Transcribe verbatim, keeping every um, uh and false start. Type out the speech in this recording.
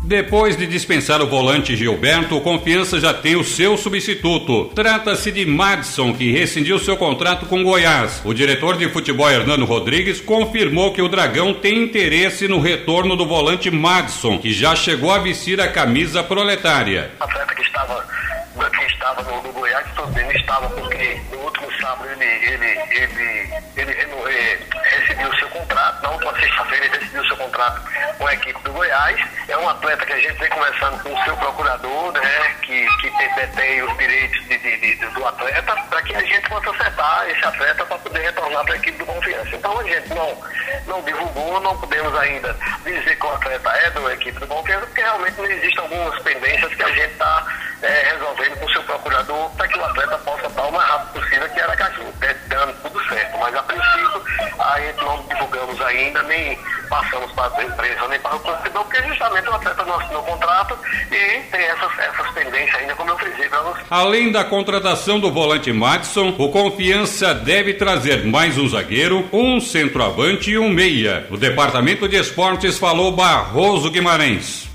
Depois de dispensar o volante Gilberto, o Confiança já tem o seu substituto. Trata-se de Madison, que rescindiu seu contrato com Goiás. O diretor de futebol Hernando Rodrigues confirmou que o Dragão tem interesse no retorno do volante Madison, que já chegou a vestir a camisa proletária. O atleta que estava, que estava no, no Goiás, também estava porque no último sábado ele, ele, ele, ele, ele rescindiu o seu contrato. Na última sexta-feira ele rescindiu o seu contrato com a equipe do Goiás. É um atleta que a gente vem conversando com o seu procurador, né, que, que tem, detém os direitos de, de, de, do atleta, para que a gente possa acertar esse atleta para poder retornar para a equipe do Confiança. Então a gente não, não divulgou, não podemos ainda dizer que o atleta é da equipe do Confiança, porque realmente não existem algumas pendências que a gente está é, resolvendo com o seu procurador para que o atleta possa estar o mais rápido possível, que era Caju, dando tudo certo. Mas a princípio a gente não divulgamos ainda, nem passamos para a empresa, nem para o torcedor, porque justamente o atleta não assinou o contrato e tem essas, essas pendências ainda, como eu frisei para você. Além da contratação do volante Madison, o Confiança deve trazer mais um zagueiro, um centroavante e um meia. O Departamento de Esportes falou Barroso Guimarães.